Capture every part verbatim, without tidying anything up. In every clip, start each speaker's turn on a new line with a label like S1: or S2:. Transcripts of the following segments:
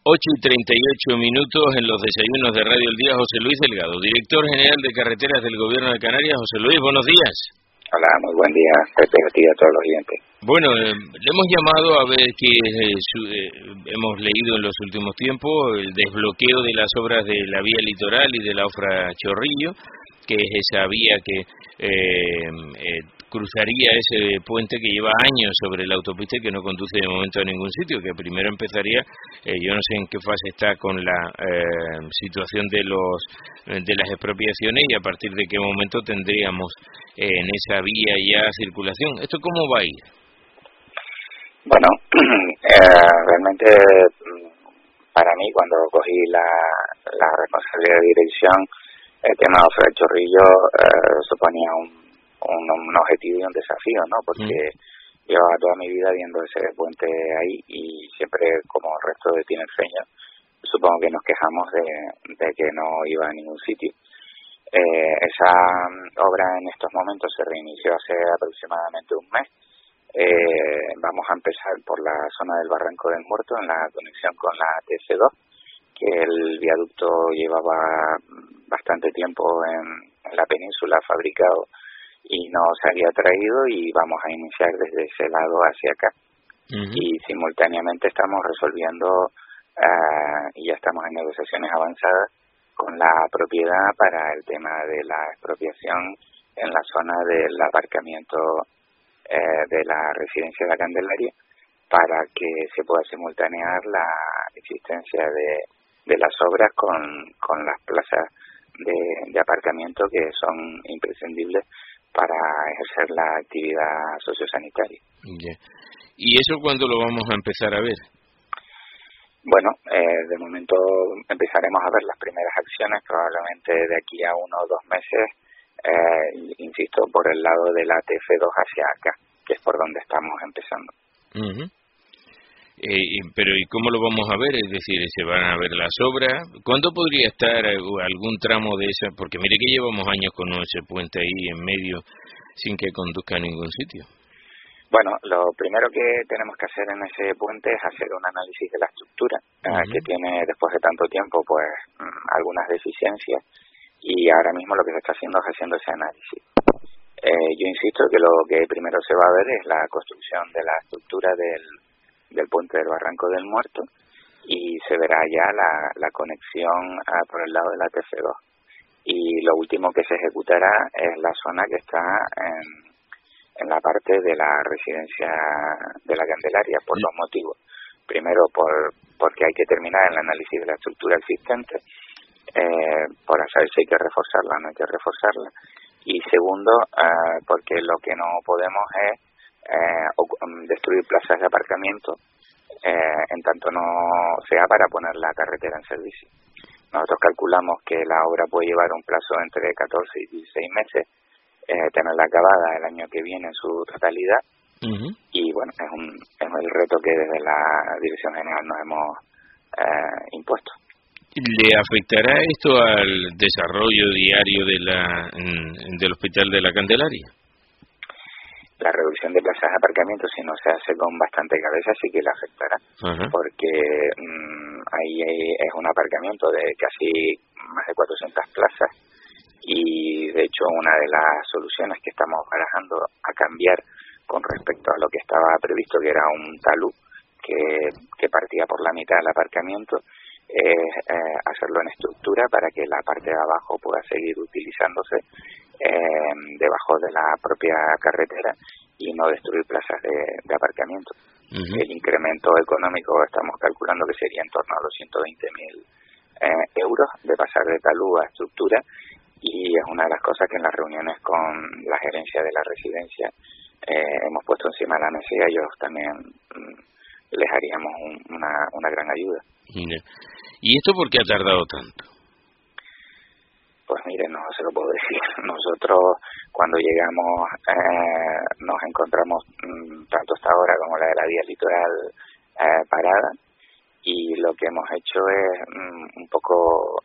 S1: ocho y treinta y ocho minutos en los desayunos de Radio El Día. José Luis Delgado, director general de Carreteras del Gobierno de Canarias. José Luis, buenos días.
S2: Hola, muy buen día, Pepe, a ti y a todos los oyentes.
S1: Bueno, eh, le hemos llamado a ver que eh, su, eh, hemos leído en los últimos tiempos el desbloqueo de las obras de la vía litoral y de la Ofra Chorrillo, que es esa vía que eh, eh, cruzaría ese puente que lleva años sobre la autopista y que no conduce de momento a ningún sitio, que primero empezaría, eh, yo no sé en qué fase está con la eh, situación de los de las expropiaciones y a partir de qué momento tendríamos eh, en esa vía ya circulación. ¿Esto cómo va a ir?
S2: Bueno, eh, realmente para mí cuando cogí la, la responsabilidad de dirección, el tema de Ofra Chorrillo eh, suponía un Un, un objetivo y un desafío, ¿no? Porque mm. llevaba toda mi vida viendo ese puente ahí y siempre, como el resto de tinerfeños, supongo que nos quejamos de, de que no iba a ningún sitio. Eh, esa obra en estos momentos se reinició hace aproximadamente un mes. Eh, vamos a empezar por la zona del Barranco del Muerto, en la conexión con la T C dos, que el viaducto llevaba bastante tiempo en, en la península fabricado y nos había traído y vamos a iniciar desde ese lado hacia acá. Uh-huh. Y simultáneamente estamos resolviendo uh, y ya estamos en negociaciones avanzadas con la propiedad para el tema de la expropiación en la zona del aparcamiento eh, de la residencia de la Candelaria para que se pueda simultanear la existencia de, de las obras con, con las plazas de, de aparcamiento que son imprescindibles para ejercer la actividad sociosanitaria.
S1: Yeah. ¿Y eso cuándo lo vamos a empezar a ver?
S2: Bueno, eh, de momento empezaremos a ver las primeras acciones, probablemente de aquí a uno o dos meses, eh, insisto, por el lado de la T F dos hacia acá, que es por donde estamos empezando.
S1: Uh-huh. Eh, pero ¿y cómo lo vamos a ver? Es decir, ¿se van a ver las obras? ¿Cuándo podría estar algún tramo de esa? Porque mire que llevamos años con ese puente ahí en medio sin que conduzca a ningún sitio.
S2: Bueno, lo primero que tenemos que hacer en ese puente es hacer un análisis de la estructura, uh-huh. eh, que tiene después de tanto tiempo pues mmm, algunas deficiencias y ahora mismo lo que se está haciendo es haciendo ese análisis. Eh, yo insisto que lo que primero se va a ver es la construcción de la estructura del del puente del Barranco del Muerto y se verá ya la, la conexión uh, por el lado de la T F dos. Y lo último que se ejecutará es la zona que está en, en la parte de la residencia de la Candelaria, por dos motivos. Primero, por porque hay que terminar el análisis de la estructura existente, eh, para saber si hay que reforzarla o no hay que reforzarla. Y segundo, uh, porque lo que no podemos es Eh, o, um, destruir plazas de aparcamiento eh, en tanto no sea para poner la carretera en servicio. Nosotros calculamos que la obra puede llevar un plazo entre catorce y dieciséis meses, eh, tenerla acabada el año que viene en su totalidad. Uh-huh. Y bueno, es, un, es el reto que desde la Dirección General nos hemos eh, impuesto.
S1: ¿Le afectará esto al desarrollo diario de la del Hospital de la Candelaria?
S2: La reducción de plazas de aparcamiento, si no se hace con bastante cabeza, sí que le afectará, uh-huh. porque mmm, ahí hay, es un aparcamiento de casi más de cuatrocientas plazas y de hecho una de las soluciones que estamos barajando a cambiar con respecto a lo que estaba previsto, que era un talud que, que partía por la mitad del aparcamiento, es eh, hacerlo en estructura para que la parte de abajo pueda seguir utilizándose Eh, debajo de la propia carretera y no destruir plazas de, de aparcamiento. Uh-huh. El incremento económico estamos calculando que sería en torno a los ciento veinte mil eh, euros de pasar de talud a estructura y es una de las cosas que en las reuniones con la gerencia de la residencia eh, hemos puesto encima de la mesa y a ellos también mm, les haríamos un, una, una gran ayuda.
S1: ¿Y esto por qué ha tardado tanto?
S2: Pues mire, no se lo puedo decir. Nosotros cuando llegamos eh, nos encontramos mmm, tanto esta obra como la de la vía litoral eh, parada y lo que hemos hecho es mmm, un poco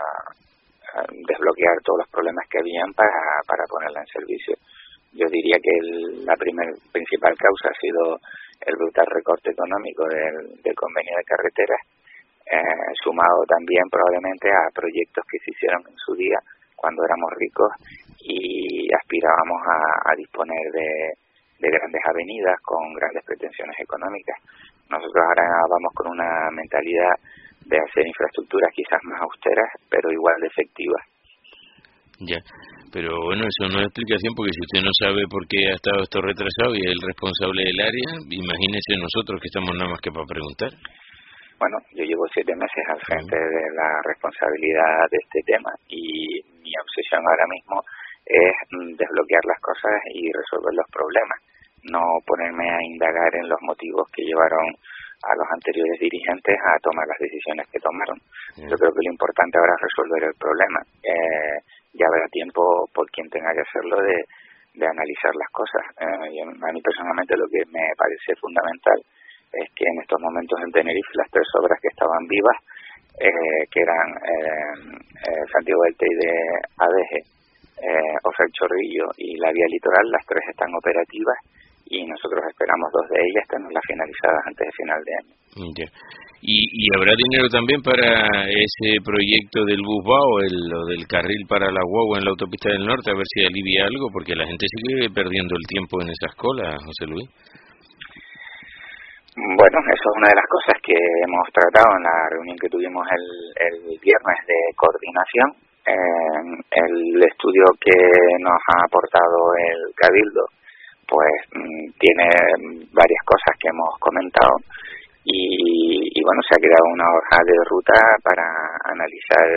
S2: uh, desbloquear todos los problemas que habían para, para ponerla en servicio. Yo diría que el, la primer, principal causa ha sido el brutal recorte económico del, del convenio de carreteras eh, sumado también probablemente a proyectos que se hicieron en su día cuando éramos ricos y aspirábamos a, a disponer de, de grandes avenidas con grandes pretensiones económicas. Nosotros ahora vamos con una mentalidad de hacer infraestructuras quizás más austeras, pero igual de efectivas.
S1: Ya, pero bueno, eso no es explicación, porque si usted no sabe por qué ha estado esto retrasado y es el responsable del área, imagínese nosotros que estamos nada más que para preguntar.
S2: Bueno, yo llevo siete meses al frente de la responsabilidad de este tema y mi obsesión ahora mismo es desbloquear las cosas y resolver los problemas, no ponerme a indagar en los motivos que llevaron a los anteriores dirigentes a tomar las decisiones que tomaron. Yo creo que lo importante ahora es resolver el problema. Eh, ya habrá tiempo por quien tenga que hacerlo de, de analizar las cosas. Eh, y a mí personalmente lo que me parece fundamental es que en estos momentos en Tenerife las tres obras que estaban vivas, eh, que eran eh, eh, Santiago del Teide, Adeje, eh, Ofra del Chorrillo y la vía litoral, las tres están operativas y nosotros esperamos dos de ellas tenerlas finalizadas antes de final de año.
S1: Yeah. ¿Y, ¿Y habrá dinero también para ese proyecto del Busbao, el, o del carril para la guagua en la autopista del norte, a ver si alivia algo? Porque la gente sigue perdiendo el tiempo en esas colas, José Luis.
S2: Bueno, eso es una de las cosas que hemos tratado en la reunión que tuvimos el, el viernes de coordinación. Eh, el estudio que nos ha aportado el Cabildo pues tiene varias cosas que hemos comentado y, y bueno, se ha creado una hoja de ruta para analizar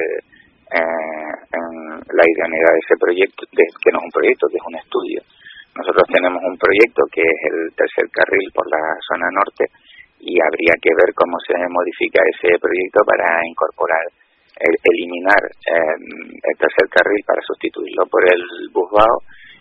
S2: eh, en la idoneidad de ese proyecto, de, que no es un proyecto, que es un estudio. Nosotros tenemos un proyecto que es el tercer carril por la zona norte y habría que ver cómo se modifica ese proyecto para incorporar, el, eliminar eh, el tercer carril para sustituirlo por el Busbao.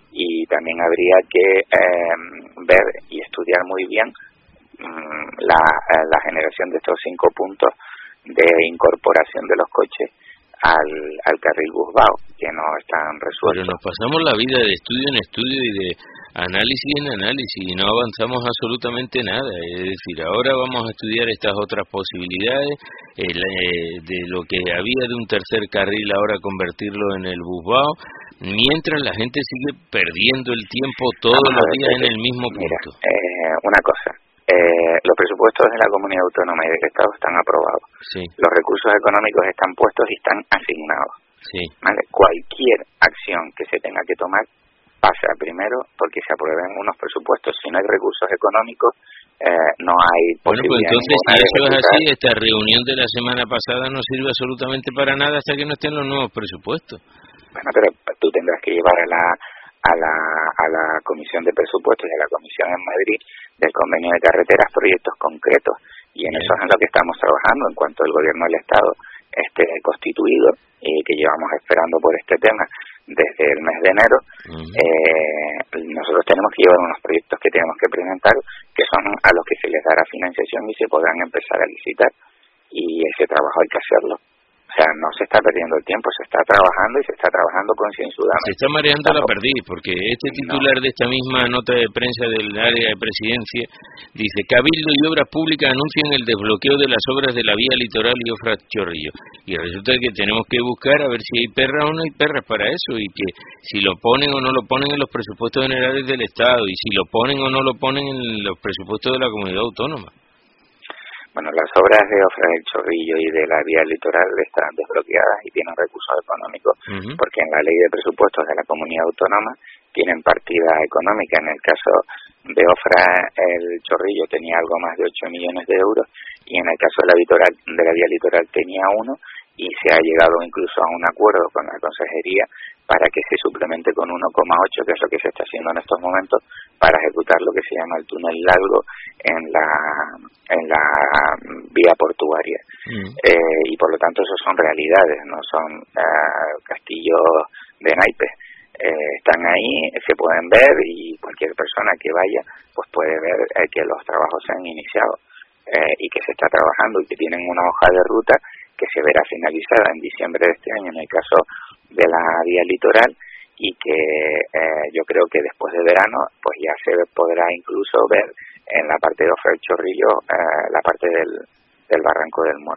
S2: Y también habría que eh, ver y estudiar muy bien mmm, la, la generación de estos cinco puntos de incorporación de los coches al, al carril Busbao, que no están resueltos.
S1: Pero nos pasamos la vida de estudio en estudio y de análisis en análisis y no avanzamos absolutamente nada. Es decir, ahora vamos a estudiar estas otras posibilidades, el, eh, de lo que había de un tercer carril, ahora convertirlo en el Busbao, mientras la gente sigue perdiendo el tiempo todos los días en el mismo punto.
S2: Mira, eh, una cosa, eh, los presupuestos de la Comunidad Autónoma y del Estado están aprobados.
S1: Sí.
S2: Los recursos económicos están puestos y están asignados.
S1: Sí.
S2: ¿Vale? Cualquier acción que se tenga que tomar pasa primero porque se aprueben unos presupuestos. Si no hay recursos económicos, eh, no hay
S1: Bueno, pues
S2: posibilidad.
S1: entonces, si eso es así, esta reunión de la semana pasada no sirve absolutamente para nada hasta que no estén los nuevos presupuestos.
S2: Bueno, pero tú tendrás que llevar a la a la a la Comisión de Presupuestos y a la Comisión en Madrid del Convenio de Carreteras proyectos concretos y en Bien. Eso es en lo que estamos trabajando en cuanto el Gobierno del Estado esté constituido y que llevamos esperando por este tema desde el mes de enero. Uh-huh. eh, nosotros tenemos que llevar unos proyectos que tenemos que presentar que son a los que se les dará financiación y se podrán empezar a licitar y ese trabajo hay que hacerlo. O sea, no se está perdiendo el tiempo, se está trabajando y se está trabajando concienzudamente.
S1: Se está mareando la perdiz, porque este titular no. de esta misma nota de prensa del área de presidencia dice: Cabildo y Obras Públicas anuncian el desbloqueo de las obras de la vía litoral y Ofra Chorrillo. Y resulta que tenemos que buscar a ver si hay perras o no hay perras para eso, y que si lo ponen o no lo ponen en los presupuestos generales del Estado, y si lo ponen o no lo ponen en los presupuestos de la comunidad autónoma.
S2: Bueno, las obras de Ofra del Chorrillo y de la vía litoral están desbloqueadas y tienen recursos económicos, uh-huh. porque en la ley de presupuestos de la comunidad autónoma tienen partida económica. En el caso de Ofra el Chorrillo tenía algo más de ocho millones de euros y en el caso de la, litoral, de la vía litoral tenía uno y se ha llegado incluso a un acuerdo con la consejería para que se suplemente con uno coma ocho, que es lo que se está haciendo en estos momentos, para ejecutar lo que se llama el túnel largo en la en la vía portuaria. Mm. Eh, y por lo tanto eso son realidades, no son uh, castillos de naipes. Eh, están ahí, se pueden ver y cualquier persona que vaya pues puede ver eh, que los trabajos se han iniciado eh, y que se está trabajando y que tienen una hoja de ruta que se verá finalizada en diciembre de este año en el caso de la vía litoral y que eh, yo creo que después de verano pues ya se podrá incluso ver en la parte de Ofra del Chorrillo eh, la parte del, del Barranco del Muerto.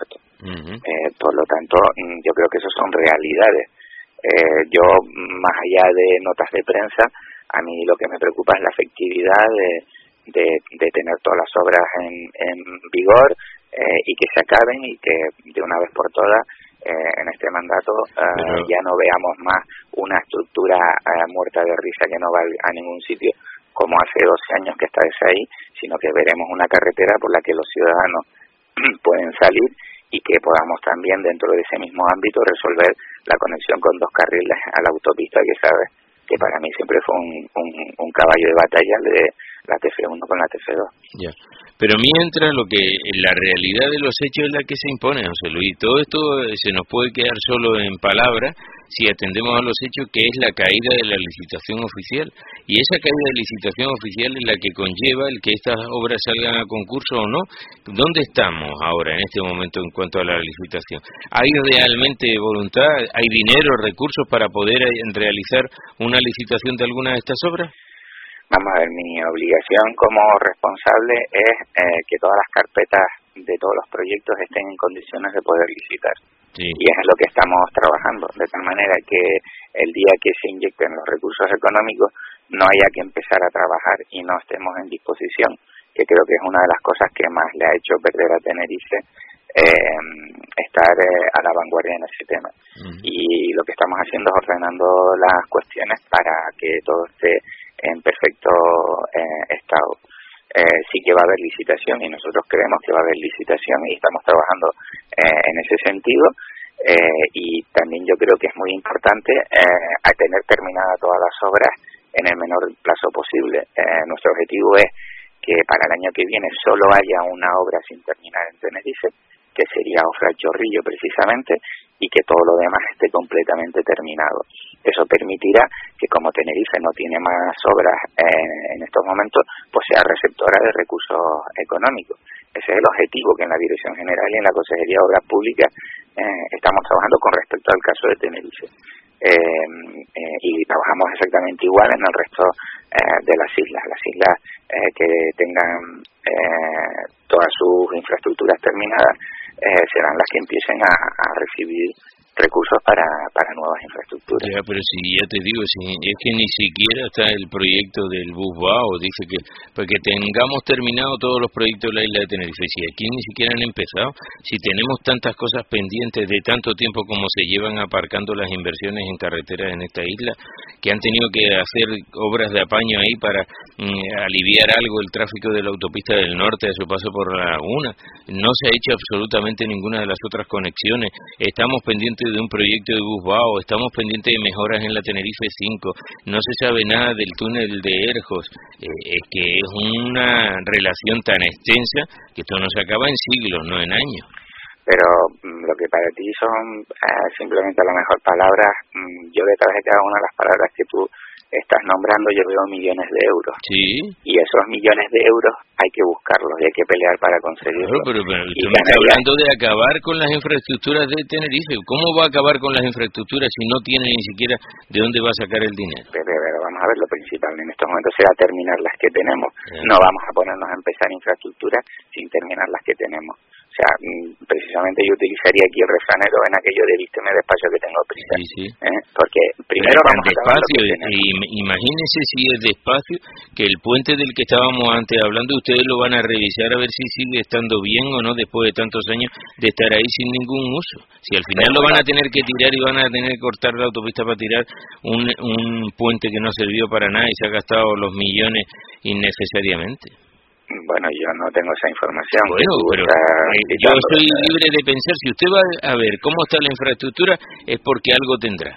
S2: Uh-huh. Eh, por lo tanto, yo creo que eso son realidades. Eh, yo, más allá de notas de prensa, a mí lo que me preocupa es la efectividad de, de, de tener todas las obras en, en vigor eh, y que se acaben y que de una vez por todas eh, en este mandato eh, Pero... ya no veamos más una estructura eh, muerta de risa que no va a ningún sitio como hace doce años que está ese ahí, sino que veremos una carretera por la que los ciudadanos pueden salir y que podamos también dentro de ese mismo ámbito resolver la conexión con dos carriles a la autopista, que sabes que para mí siempre fue un, un, un caballo de batalla de la T F uno con la T F dos.
S1: Ya. Pero mientras lo que la realidad de los hechos es la que se impone, José Luis. Todo esto se nos puede quedar solo en palabras si atendemos a los hechos, que es la caída de la licitación oficial. Y esa caída de licitación oficial es la que conlleva el que estas obras salgan a concurso o no. ¿Dónde estamos ahora en este momento en cuanto a la licitación? ¿Hay realmente voluntad, hay dinero, recursos para poder realizar una licitación de alguna de estas obras?
S2: Vamos a ver, mi obligación como responsable es eh, que todas las carpetas de todos los proyectos estén en condiciones de poder licitar. Sí. Y es en lo que estamos trabajando, de tal manera que el día que se inyecten los recursos económicos no haya que empezar a trabajar y no estemos en disposición, que creo que es una de las cosas que más le ha hecho perder a Tenerife eh, estar eh, a la vanguardia en ese tema. Uh-huh. Y lo que estamos haciendo es ordenando las cuestiones para que todo esté en perfecto eh, estado. Eh, sí que va a haber licitación y nosotros creemos que va a haber licitación y estamos trabajando eh, en ese sentido eh, y también yo creo que es muy importante eh, a tener terminadas todas las obras en el menor plazo posible. Eh, nuestro objetivo es que para el año que viene solo haya una obra sin terminar en Tenerife, que sería Ofra Chorrillo precisamente, y que todo lo demás esté completamente terminado. Eso permitirá que como Tenerife no tiene más obras eh, en estos momentos, pues sea receptora de recursos económicos. Ese es el objetivo que en la Dirección General y en la Consejería de Obras Públicas eh, estamos trabajando con respecto al caso de Tenerife. Eh, eh, y trabajamos exactamente igual en el resto eh, de las islas. Las islas eh, que tengan eh, todas sus infraestructuras terminadas eh, serán las que empiecen a, a recibir recursos para para nuevas infraestructuras.
S1: Ya, pero si ya te digo, si es que ni siquiera está el proyecto del Busbao, dice que para que tengamos terminado todos los proyectos de la isla de Tenerife, si aquí ni siquiera han empezado, si tenemos tantas cosas pendientes de tanto tiempo como se llevan aparcando las inversiones en carreteras en esta isla, que han tenido que hacer obras de apaño ahí para mm, aliviar algo el tráfico de la autopista del norte a su paso por la laguna, no se ha hecho absolutamente ninguna de las otras conexiones, estamos pendientes de un proyecto de Busbao, estamos pendientes de mejoras en la Tenerife cinco, no se sabe nada del túnel de Erjos, eh, es que es una relación tan extensa que esto no se acaba en siglos, no en años.
S2: Pero mm, lo que para ti son eh, simplemente a lo mejor palabras, mm, yo detrás de cada una de las palabras que tú estás nombrando yo veo millones de euros.
S1: Sí.
S2: Y esos millones de euros hay que buscarlos y hay que pelear para conseguirlos.
S1: Claro, pero, pero usted me está hablando de acabar con las infraestructuras de Tenerife. ¿Cómo va a acabar con las infraestructuras si no tiene ni siquiera de dónde va a sacar el dinero?
S2: Pero, pero vamos a ver, lo principal en estos momentos será terminar las que tenemos. Yeah. No vamos a ponernos a empezar infraestructuras sin terminar las que tenemos. O sea, precisamente yo utilizaría aquí el refranero en aquello de vísteme despacio que tengo prisa.
S1: Sí, sí.
S2: ¿Eh? Porque primero
S1: pero
S2: vamos
S1: despacio,
S2: a acabar
S1: y imagínense si es despacio, que el puente del que estábamos antes hablando, ustedes lo van a revisar a ver si sigue estando bien o no después de tantos años de estar ahí sin ningún uso. Si al final lo van a tener que tirar y van a tener que cortar la autopista para tirar un, un puente que no sirvió para nada y se ha gastado los millones innecesariamente.
S2: Bueno, yo no tengo esa información.
S1: Bueno, pero yo soy libre de pensar, si usted va a ver cómo está la infraestructura, es porque algo tendrá.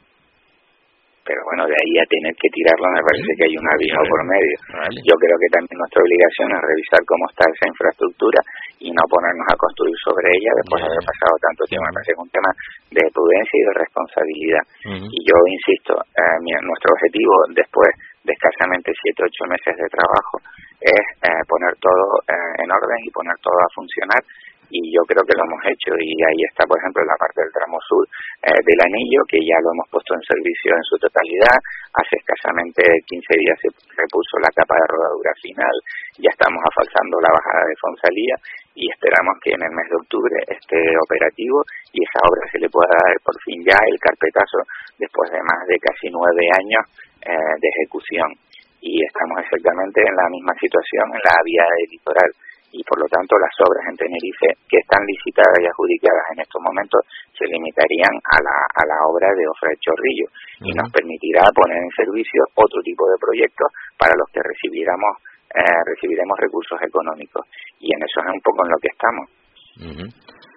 S2: Pero bueno, de ahí a tener que tirarlo me parece que hay un abismo por medio.
S1: Vale.
S2: Yo creo que también nuestra obligación es revisar cómo está esa infraestructura y no ponernos a construir sobre ella después de haber pasado tanto tiempo. Me parece que es un tema de prudencia y de responsabilidad. Uh-huh. Y yo insisto, eh, mi, nuestro objetivo después de escasamente siete o ocho meses de trabajo es eh, poner todo eh, en orden y poner todo a funcionar, y yo creo que lo hemos hecho, y ahí está por ejemplo la parte del tramo sur eh, del anillo, que ya lo hemos puesto en servicio en su totalidad. Hace escasamente quince días se repuso la capa de rodadura final, ya estamos asfaltando la bajada de Fonsalía y esperamos que en el mes de octubre esté operativo y esa obra se le pueda dar por fin ya el carpetazo después de más de casi nueve años eh, de ejecución. Y estamos exactamente en la misma situación en la vía del litoral y por lo tanto las obras en Tenerife que están licitadas y adjudicadas en estos momentos se limitarían a la, a la obra de Ofra del Chorrillo y uh-huh. nos permitirá poner en servicio otro tipo de proyectos para los que recibiéramos eh, recibiremos recursos económicos y en eso es un poco en lo que estamos.
S1: Uh-huh.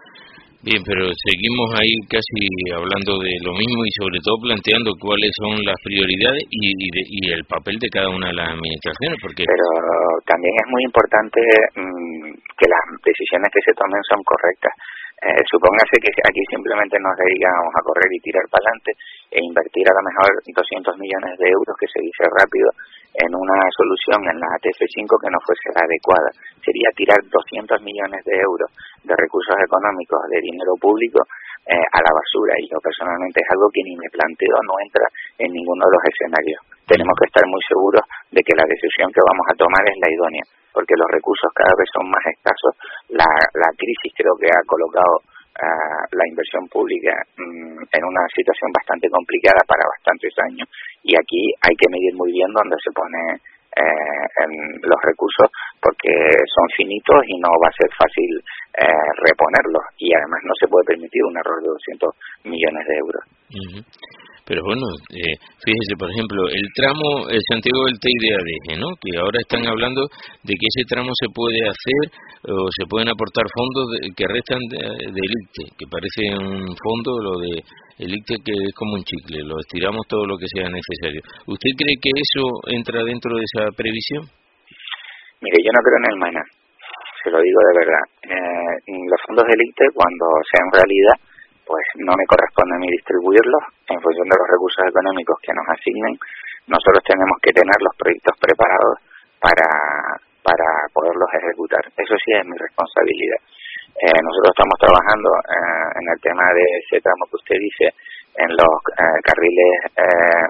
S1: Bien, pero seguimos ahí casi hablando de lo mismo y sobre todo planteando cuáles son las prioridades y, y, de, y el papel de cada una de las administraciones, porque
S2: pero también es muy importante mmm, que las decisiones que se tomen son correctas. Eh, supóngase que aquí simplemente nos dedicamos a correr y tirar para adelante e invertir a lo mejor doscientos millones de euros, que se dice rápido, en una solución en la A T F cinco que no fuese la adecuada. Sería tirar doscientos millones de euros de recursos económicos, de dinero público, eh, a la basura, y yo personalmente es algo que ni me planteo, no entra en ninguno de los escenarios. Tenemos que estar muy seguros de que la decisión que vamos a tomar es la idónea, porque los recursos cada vez son más escasos. La, la crisis creo que ha colocado uh, la inversión pública um, en una situación bastante complicada para bastantes años, y aquí hay que medir muy bien dónde se pone eh, en los recursos, porque son finitos y no va a ser fácil eh, reponerlos, y además no se puede permitir un error de doscientos millones de euros.
S1: Uh-huh. Pero bueno, eh, fíjese, por ejemplo, el tramo eh, Santiago del Teide a Deje, ¿no? Que ahora están hablando de que ese tramo se puede hacer o se pueden aportar fondos de, que restan de, del I C T E, que parece un fondo, lo de el I C T E, que es como un chicle, lo estiramos todo lo que sea necesario. ¿Usted cree que eso entra dentro de esa previsión?
S2: Mire, yo no creo en el maná, se lo digo de verdad. Eh, los fondos del I C T E, cuando sean realidad, pues no me corresponde a mí distribuirlos en función de los recursos económicos que nos asignen. Nosotros tenemos que tener los proyectos preparados para para poderlos ejecutar. Eso sí es mi responsabilidad. Eh, nosotros estamos trabajando eh, en el tema de ese tramo que usted dice, en los eh, carriles eh,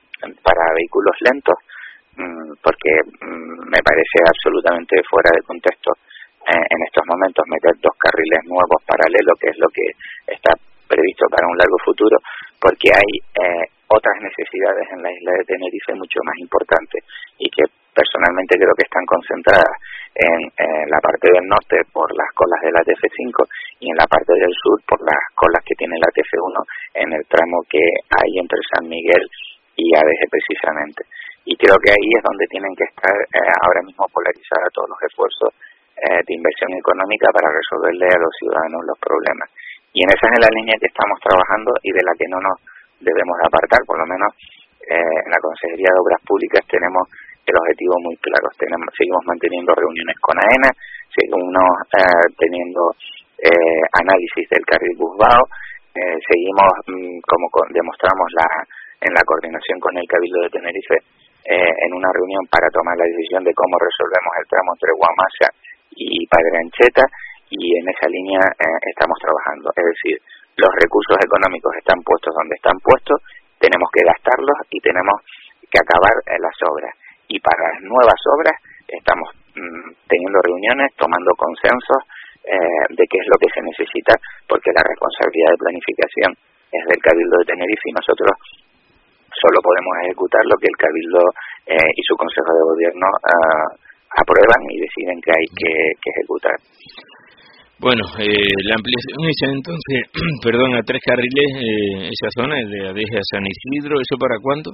S2: para vehículos lentos, mmm, porque mmm, me parece absolutamente fuera de contexto en estos momentos meter dos carriles nuevos paralelos, que es lo que está previsto para un largo futuro, porque hay eh, otras necesidades en la isla de Tenerife mucho más importantes y que personalmente creo que están concentradas en, en la parte del norte por las colas de la T F cinco y en la parte del sur por las colas que tiene la T F uno en el tramo que hay entre San Miguel y A D G precisamente. Y creo que ahí es donde tienen que estar eh, ahora mismo polarizados todos los esfuerzos Eh, de inversión económica para resolverle a los ciudadanos los problemas. Y en esa es la línea que estamos trabajando y de la que no nos debemos apartar. Por lo menos eh, en la Consejería de Obras Públicas tenemos el objetivo muy claro. Tenemos, seguimos manteniendo reuniones con AENA, seguimos eh, teniendo eh, análisis del carril Busbao, eh, seguimos, mm, como con, demostramos la, en la coordinación con el Cabildo de Tenerife, eh, en una reunión para tomar la decisión de cómo resolvemos el tramo entre Guamasa y Padre Ancheta, y en esa línea eh, estamos trabajando. Es decir, los recursos económicos están puestos donde están puestos, tenemos que gastarlos y tenemos que acabar eh, las obras. Y para las nuevas obras estamos mmm, teniendo reuniones, tomando consensos eh, de qué es lo que se necesita, porque la responsabilidad de planificación es del Cabildo de Tenerife y nosotros solo podemos ejecutar lo que el Cabildo eh, y su Consejo de Gobierno eh, aprueban y deciden que hay que, que ejecutar.
S1: Bueno, eh, la ampliación esa entonces, perdón, a tres carriles, eh, esa zona de Adeje a San Isidro, ¿eso para cuándo?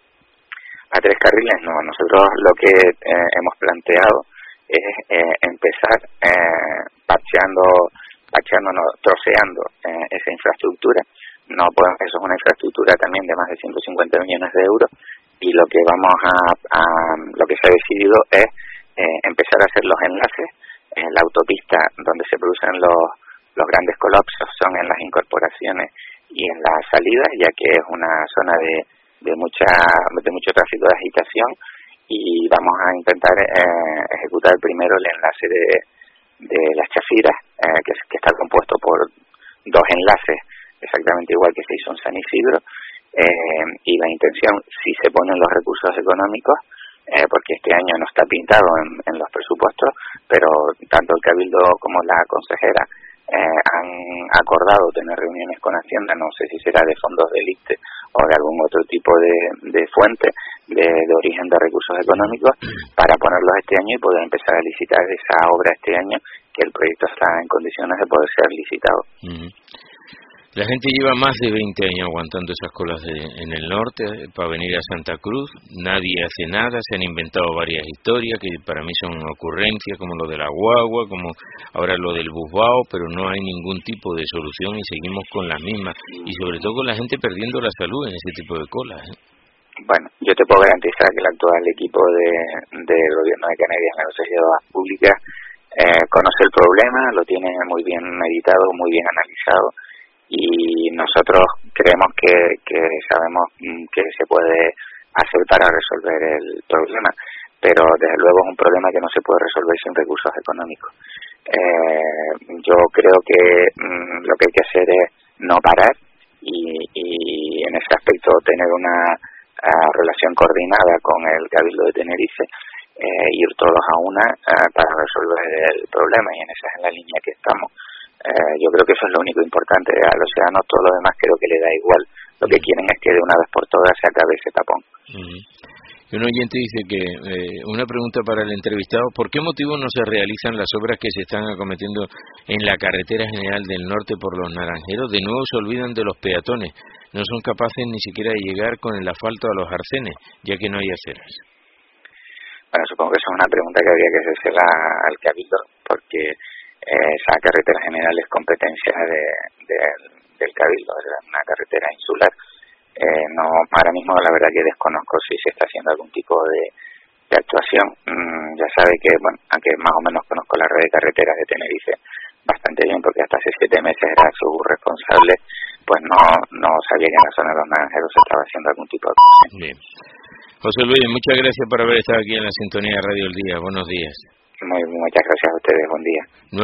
S2: A tres carriles no, nosotros lo que eh, hemos planteado es eh, empezar eh, parcheando, parcheando, no, troceando eh, esa infraestructura. No podemos, eso es una infraestructura también de más de ciento cincuenta millones de euros, y lo que vamos a, a lo que se ha decidido es Eh, empezar a hacer los enlaces. En la autopista donde se producen los, los grandes colapsos son en las incorporaciones y en las salidas, ya que es una zona de, de mucha de mucho tráfico de agitación, y vamos a intentar eh, ejecutar primero el enlace de, de las Chafiras, eh, que, que está compuesto por dos enlaces exactamente igual que se hizo en San Isidro, eh, y la intención, si se ponen los recursos económicos, Eh, porque este año no está pintado en, en los presupuestos, pero tanto el Cabildo como la consejera eh, han acordado tener reuniones con Hacienda, no sé si será de fondos del I S T E o de algún otro tipo de, de fuente de, de origen de recursos económicos, para ponerlos este año y poder empezar a licitar esa obra este año, que el proyecto está en condiciones de poder ser licitado.
S1: Uh-huh. La gente lleva más de veinte años aguantando esas colas de, en el norte para venir a Santa Cruz. Nadie hace nada, se han inventado varias historias que para mí son ocurrencias, como lo de la guagua, como ahora lo del busbao, pero no hay ningún tipo de solución y seguimos con las mismas, y sobre todo con la gente perdiendo la salud en ese tipo de colas, ¿eh?
S2: Bueno, yo te puedo garantizar que el actual equipo de, del gobierno de Canarias, Negocios y Aduanas Públicas, eh, conoce el problema, lo tiene muy bien meditado, muy bien analizado, y nosotros creemos que, que sabemos que se puede hacer para resolver el problema, pero desde luego es un problema que no se puede resolver sin recursos económicos. Eh, yo creo que mmm, lo que hay que hacer es no parar y, y en ese aspecto tener una uh, relación coordinada con el Cabildo de Tenerife, eh, ir todos a una uh, para resolver el problema, y en esa es la línea que estamos. Eh, yo creo que eso es lo único importante. A los ciudadanos todo lo demás creo que le da igual. Lo que quieren es que de una vez por todas se acabe ese tapón.
S1: Uh-huh. Y un oyente dice que, eh, una pregunta para el entrevistado, ¿por qué motivo no se realizan las obras que se están acometiendo en la carretera general del norte por los Naranjeros? De nuevo se olvidan de los peatones, no son capaces ni siquiera de llegar con el asfalto a los arcenes, ya que no hay aceras.
S2: Bueno, supongo que eso es una pregunta que habría que hacérsela al Cabildo, porque esa carretera general es competencia de, de, del Cabildo, es una carretera insular. Eh, no, ahora mismo la verdad que desconozco si se está haciendo algún tipo de, de actuación. Mm, ya sabe que, bueno, aunque más o menos conozco la red de carreteras de Tenerife bastante bien, porque hasta hace siete meses era su responsable, pues no, no sabía que en la zona de los Naranjeros se estaba haciendo algún tipo de actuación.
S1: Bien. José Luis, muchas gracias por haber estado aquí en la sintonía de Radio El Día. Buenos días.
S2: Muy, muchas gracias a ustedes. Buen día.